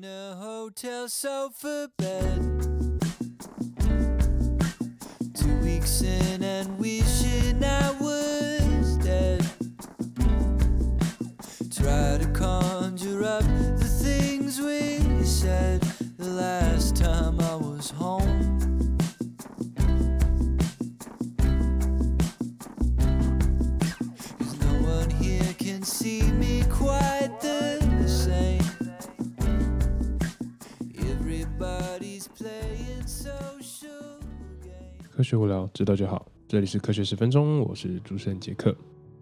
in a hotel sofa bed. 2 weeks in and wishing I was dead. Try to conjure up the things we said the last time I was home. Cause no one here can see me quite the same. Everybody's playing social games. 科学无聊，知道就好。这里是科学10分钟，我是主持人杰克。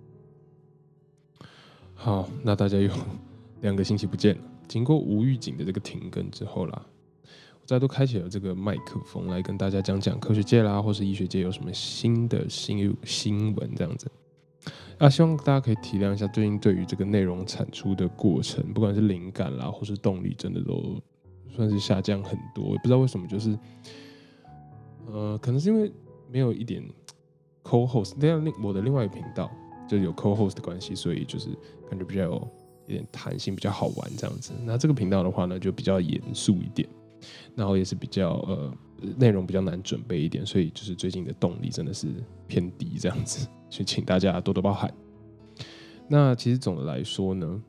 好，那大家有2个星期不见了。经过无预警的这个停更之后啦，我再度开启了这个麦克风来跟大家讲讲科学界啦，或是医学界有什么新的新闻这样子。希望大家可以体谅一下，最近对于这个内容产出的过程，不管是灵感啦，或是动力，真的都算是下降很多。也不知道为什么，就是可能是因为没有一点 co-host， 我的另外一个频道就有 co-host 的关系，所以就是感觉比较有一点弹性，比较好玩这样子。那这个频道的话呢，就比较严肃一点，然后也是比较内容比较难准备一点，所以就是最近的动力真的是偏低这样子，所以请大家多多包涵。那其实总的来说呢，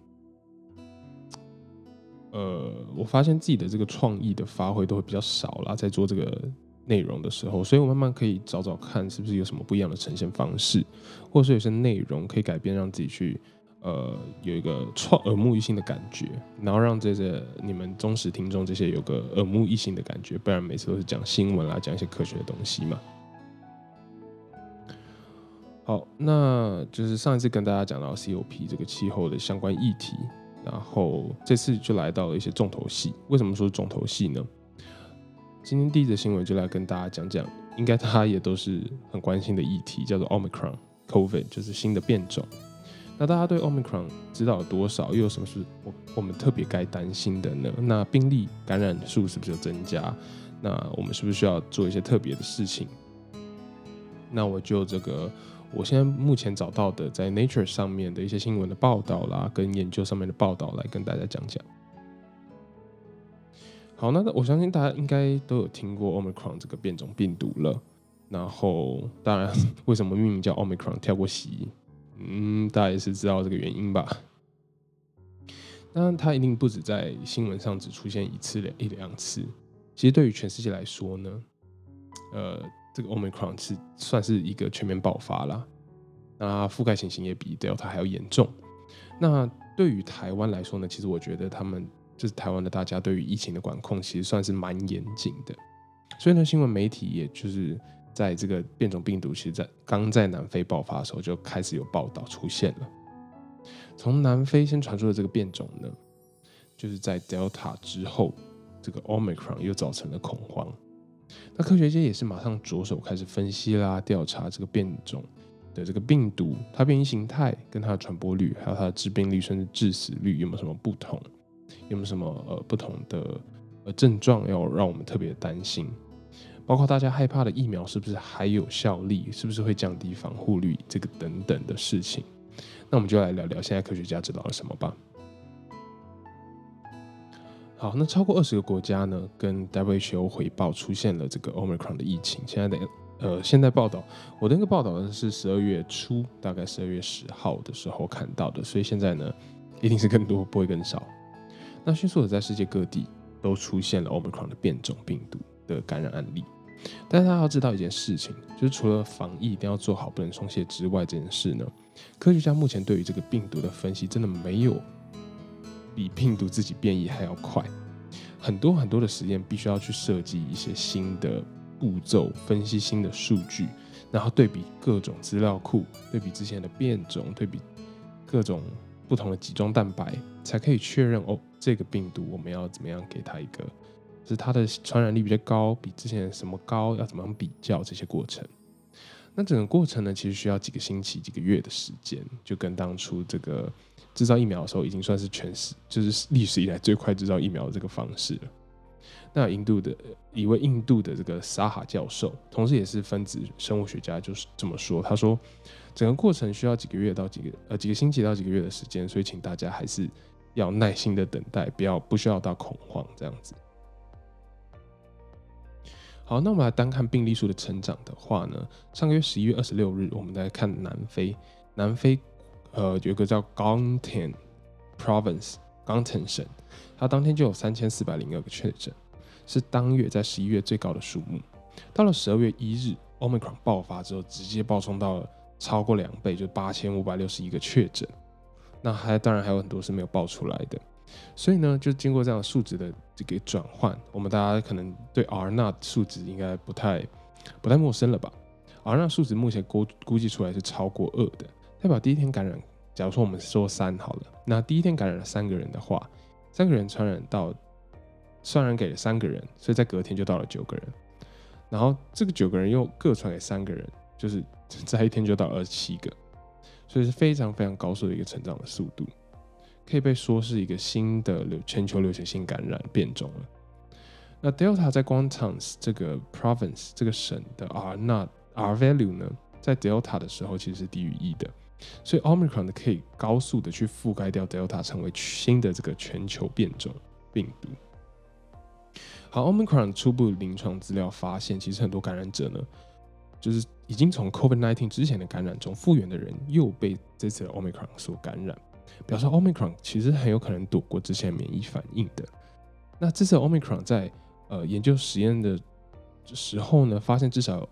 我发现自己的这个创意的发挥都会比较少啦，在做这个内容的时候，所以我慢慢可以找找看是不是有什么不一样的呈现方式，或者是有些内容可以改变，让自己去有一个耳目一新的感觉，然后让这些你们忠实听众这些有个耳目一新的感觉，不然每次都是讲新闻啦，讲一些科学的东西嘛。好，那就是上一次跟大家讲到 COP 这个气候的相关议题，然后这次就来到了一些重头戏。为什么说重头戏呢？今天第一则新闻就来跟大家讲讲，应该大家也都是很关心的议题，叫做 Omicron COVID， 就是新的变种。那大家对 Omicron 知道有多少？又有什么是我们特别该担心的呢？那病例感染数是不是有增加？那我们是不是需要做一些特别的事情？那我就我现在目前找到的在 Nature 上面的一些新闻的报道啦，跟研究上面的报道来跟大家讲讲。好，那我相信大家应该都有听过 Omicron 这个变种病毒了。然后，当然，为什么命名叫 Omicron 跳过习，大家也是知道这个原因吧？当然，它一定不止在新闻上只出现一两次。其实对于全世界来说呢，这个 Omicron 算是一个全面爆发啦。那覆盖情形也比 Delta 还要严重。那对于台湾来说呢，其实我觉得他们就是台湾的大家对于疫情的管控其实算是蛮严谨的。所以呢，新闻媒体也就是在这个变种病毒其实刚在南非爆发的时候就开始有报道出现了。从南非先传出的这个变种呢，就是在 Delta 之后，这个 Omicron 又造成了恐慌。那科学界也是马上着手开始分析啦，调查这个变种的这个病毒，它变异形态跟它的传播率，还有它的致病率甚至致死率有没有什么不同，有没有什么不同的症状要让我们特别担心，包括大家害怕的疫苗是不是还有效力，是不是会降低防护率，这个等等的事情。那我们就来聊聊现在科学家知道了什么吧。好，那超过20个国家呢，跟 WHO 回报出现了这个 Omicron 的疫情。现在报道，我的那个报道是12月初，大概12月10号的时候看到的，所以现在呢，一定是更多，不会更少。那迅速的在世界各地都出现了 Omicron 的变种病毒的感染案例。但是大家要知道一件事情，就是除了防疫一定要做好，不能松懈之外，这件事呢，科学家目前对于这个病毒的分析真的没有比病毒自己变异还要快。很多很多的实验必须要去设计一些新的步骤，分析新的数据，然后对比各种资料库，对比之前的变种，对比各种不同的棘状蛋白，才可以确认这个病毒我们要怎么样给它一个，就是它的传染力比较高，比之前什么高，要怎么样比较这些过程。那整个过程呢，其实需要几个星期、几个月的时间，就跟当初这个制造疫苗的时候，已经算是就是历史以来最快制造疫苗的这个方式了。那一位印度的这个沙哈教授，同时也是分子生物学家，就是这么说。他说，整个过程需要几个星期到几个月的时间，所以请大家还是要耐心的等待，不需要到恐慌这样子。好，那我们来单看病例数的成长的话呢，上个月11月26日，我们来看南非有一个叫 Gauteng Province 冈腾省，它当天就有3402个确诊，是当月在11月最高的数目。到了12月1日 Omicron 爆发之后，直接暴冲到了超过2倍，就是8561个确诊。那当然还有很多是没有爆出来的，所以呢，就经过这样的数值的这个转换，我们大家可能对 R0 数值应该不太陌生了吧 ？R0 数值目前估计出来是超过2的，代表第一天感染，假如说我们说3好了，那第一天感染了3个人的话，3个人传染给了3个人，所以在隔天就到了9个人，然后这个9个人又各传给3个人，就是在一天就到27个。所以是非常非常高速的一个成长的速度，可以被说是一个新的全球流行性感染变种了。那 Delta 在 Gauteng 这个 province 这个省的 R value 呢，在 Delta 的时候其实是低于1的，所以 Omicron 可以高速的去覆盖掉 Delta， 成为新的这个全球变种病毒。好 ，Omicron 初步临床资料发现，其实很多感染者呢，就是已经从 COVID-19 之前的感染中复原的人，又被这次的 Omicron 所感染，表示 Omicron 其实很有可能躲过之前免疫反应的。那这次的 Omicron 在研究实验的时候呢，发现至少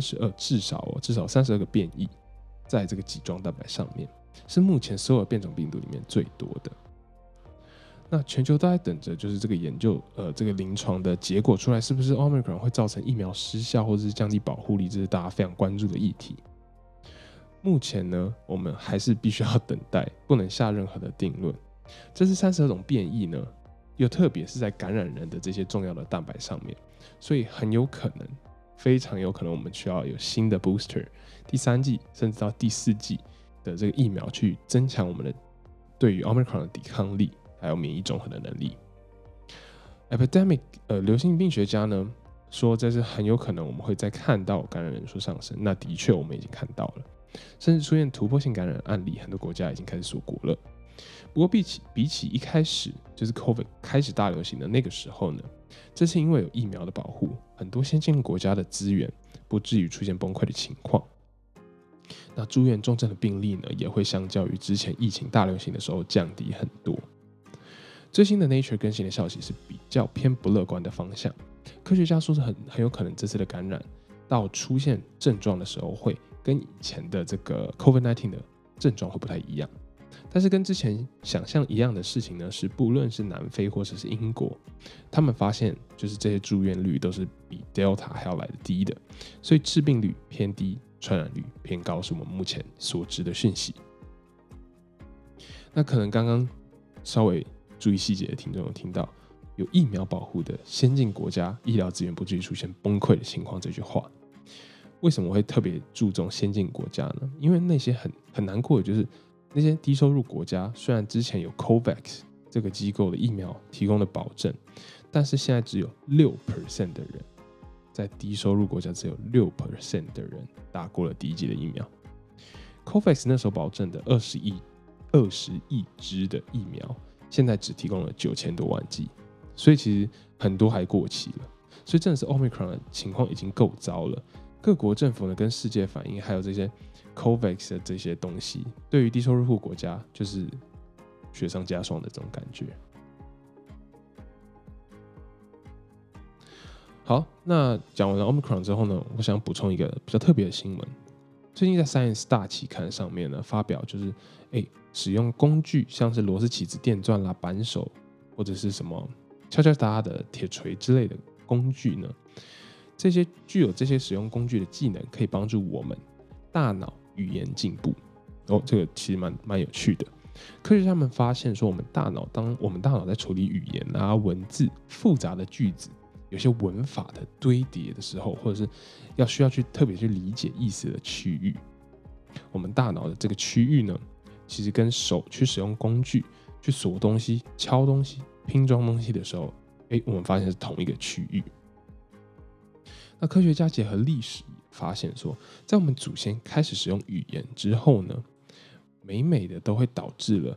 32个变异在这个棘状蛋白上面，是目前所有变种病毒里面最多的。那全球都在等着，就是这个研究，这个临床的结果出来，是不是 Omicron 会造成疫苗失效，或者是降低保护力，这是大家非常关注的议题。目前呢，我们还是必须要等待，不能下任何的定论。这是32种变异呢，又特别是在感染人的这些重要的蛋白上面，所以很有可能，非常有可能，我们需要有新的 booster， 第3剂甚至到第4剂的这个疫苗，去增强我们的对于 Omicron 的抵抗力，还有免疫综合的能力。Epidemic 流行病学家呢说，这是很有可能我们会再看到感染人数上升。那的确我们已经看到了，甚至出现突破性感染的案例，很多国家已经开始锁国了。不过比起一开始就是 COVID 开始大流行的那个时候呢，这是因为有疫苗的保护，很多先进国家的资源不至于出现崩溃的情况。那住院重症的病例呢，也会相较于之前疫情大流行的时候降低很多。最新的 Nature 更新的消息是比较偏不乐观的方向，科学家说是很有可能这次的感染到出现症状的时候，会跟以前的这个 COVID-19 的症状会不太一样。但是跟之前想象一样的事情呢，是不论是南非或者是英国，他们发现就是这些住院率都是比 Delta 还要来得低的，所以致病率偏低，传染率偏高，是我们目前所知的讯息。那可能刚刚稍微注意细节的听众有听到，有疫苗保护的先进国家医疗资源不至于出现崩溃的情况这句话。为什么我会特别注重先进国家呢？因为那些很难过的就是那些低收入国家，虽然之前有 COVAX 这个机构的疫苗提供的保证，但是现在只有 6% 的人，在低收入国家只有 6% 的人打过了第1剂的疫苗。COVAX 那时候保证的20亿支的疫苗，现在只提供了9000多万剂，所以其实很多还过期了。所以真的是 Omicron 的情况已经够糟了。各国政府呢跟世界反应，还有这些 COVAX 的这些东西，对于低收入户国家就是雪上加霜的这种感觉。好，那讲完了 Omicron 之后呢，我想补充一个比较特别的新闻。最近在 Science 大期刊上面呢发表，就是使用工具像是螺丝起子、电钻啦、扳手，或者是什么敲敲打打的铁锤之类的工具呢，这些具有这些使用工具的技能，可以帮助我们大脑语言进步。这个其实蛮有趣的。科学家们发现说，当我们大脑在处理语言啊、文字、复杂的句子，有些文法的堆叠的时候，或者是需要去特别去理解意思的区域，我们大脑的这个区域呢，其实跟手去使用工具去锁东西、敲东西、拼装东西的时候，我们发现是同一个区域。那科学家结合历史发现说，在我们祖先开始使用语言之后呢，美美的都会导致了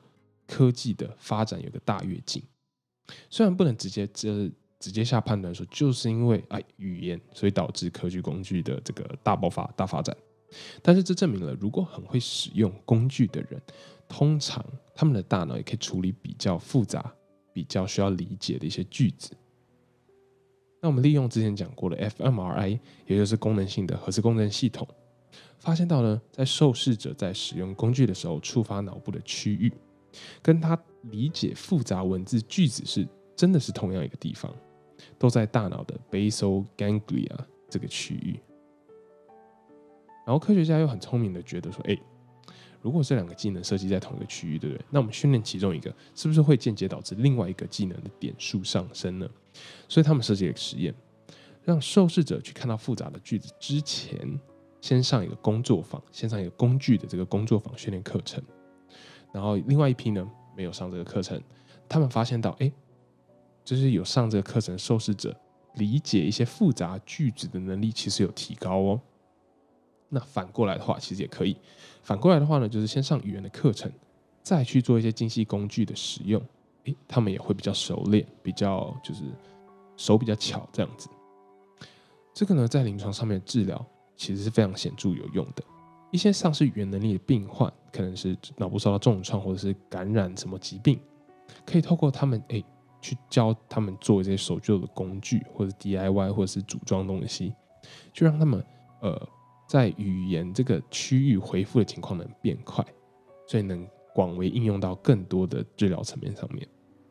科技的发展有个大跃进。虽然不能直接下判断说就是因为语言，所以导致科技工具的这个大爆发、大发展，但是这证明了，如果很会使用工具的人，通常他们的大脑也可以处理比较复杂、比较需要理解的一些句子。那我们利用之前讲过的 fMRI， 也就是功能性的核磁共振系统，发现到呢，在受试者在使用工具的时候，触发脑部的区域，跟他理解复杂文字句子真的是同样一个地方，都在大脑的 basal ganglia 这个区域。然后科学家又很聪明的觉得说，如果这两个技能设计在同一个区域，对不对？那我们训练其中一个，是不是会间接导致另外一个技能的点数上升呢？所以他们设计了一个实验，让受试者去看到复杂的句子之前，先上一个工作坊，先上一个工具的这个工作坊训练课程。然后另外一批呢，没有上这个课程，他们发现到，就是有上这个课程的受试者理解一些复杂句子的能力其实有提高哦。那反过来的话，其实也可以。反过来的话呢，就是先上语言的课程，再去做一些精细工具的使用，他们也会比较熟练，比较就是手比较巧这样子。这个呢，在临床上面的治疗其实是非常显著有用的。一些丧失语言能力的病患，可能是脑部受到重创或者是感染什么疾病，可以透过他们去教他们做这些手做的工具，或者 DIY 或者是组装东西，就让他们在语言这个区域恢复的情况能变快，所以能广为应用到更多的治疗层面上面。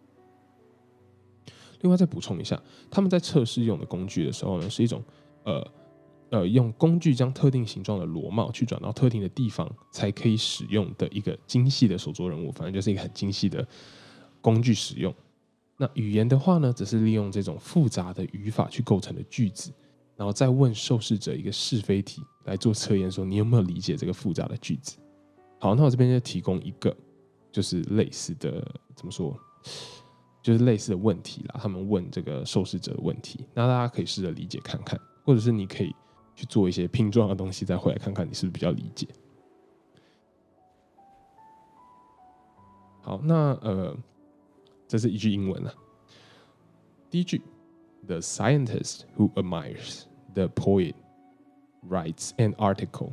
另外再补充一下，他们在测试用的工具的时候呢，是一种用工具将特定形状的螺帽去转到特定的地方才可以使用的一个精细的手作任务，反正就是一个很精细的工具使用。那语言的话呢，则是利用这种复杂的语法去构成的句子，然后再问受试者一个是非题来做测验，说你有没有理解这个复杂的句子。好，那我这边就提供一个就是类似的怎么说，就是类似的问题啦，他们问这个受试者的问题，那大家可以试着理解看看，或者是你可以去做一些拼装的东西，再回来看看你是不是比较理解。好，那这是一句英文啦。第一句 ，The scientist who admires the poet writes an article。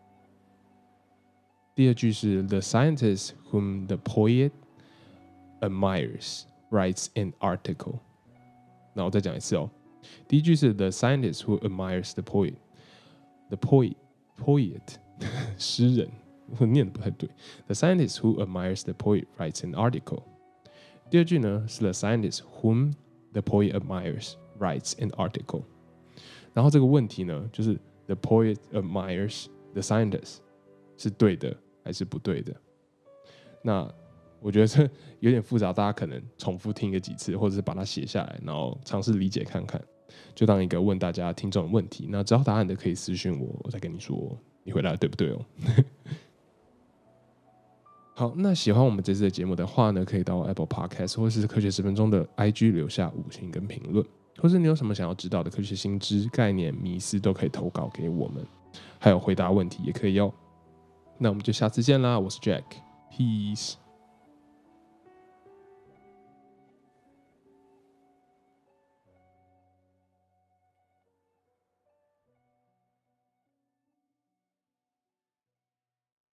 第二句是 The scientist whom the poet admires writes an article。那我再讲一次哦。第一句是 The scientist who admires the poet。The poet 诗人，我念的不太对。The scientist who admires the poet writes an article。第二句呢是 The scientist whom the poet admires writes an article。然后这个问题呢，就是 The poet admires the scientist 是对的还是不对的？那我觉得这有点复杂，大家可能重复听个几次，或者是把它写下来，然后尝试理解看看，就当一个问大家听众的问题。那知道答案的可以私讯我，我再跟你说你回答的对不对哦。好，那喜欢我们这次的节目的话呢，可以到 Apple Podcast 或是科学10分钟的 IG 留下5星跟评论，或是你有什么想要知道的科学新知、概念、迷思，都可以投稿给我们，还有回答问题也可以哦。那我们就下次见啦，我是 Jack，Peace。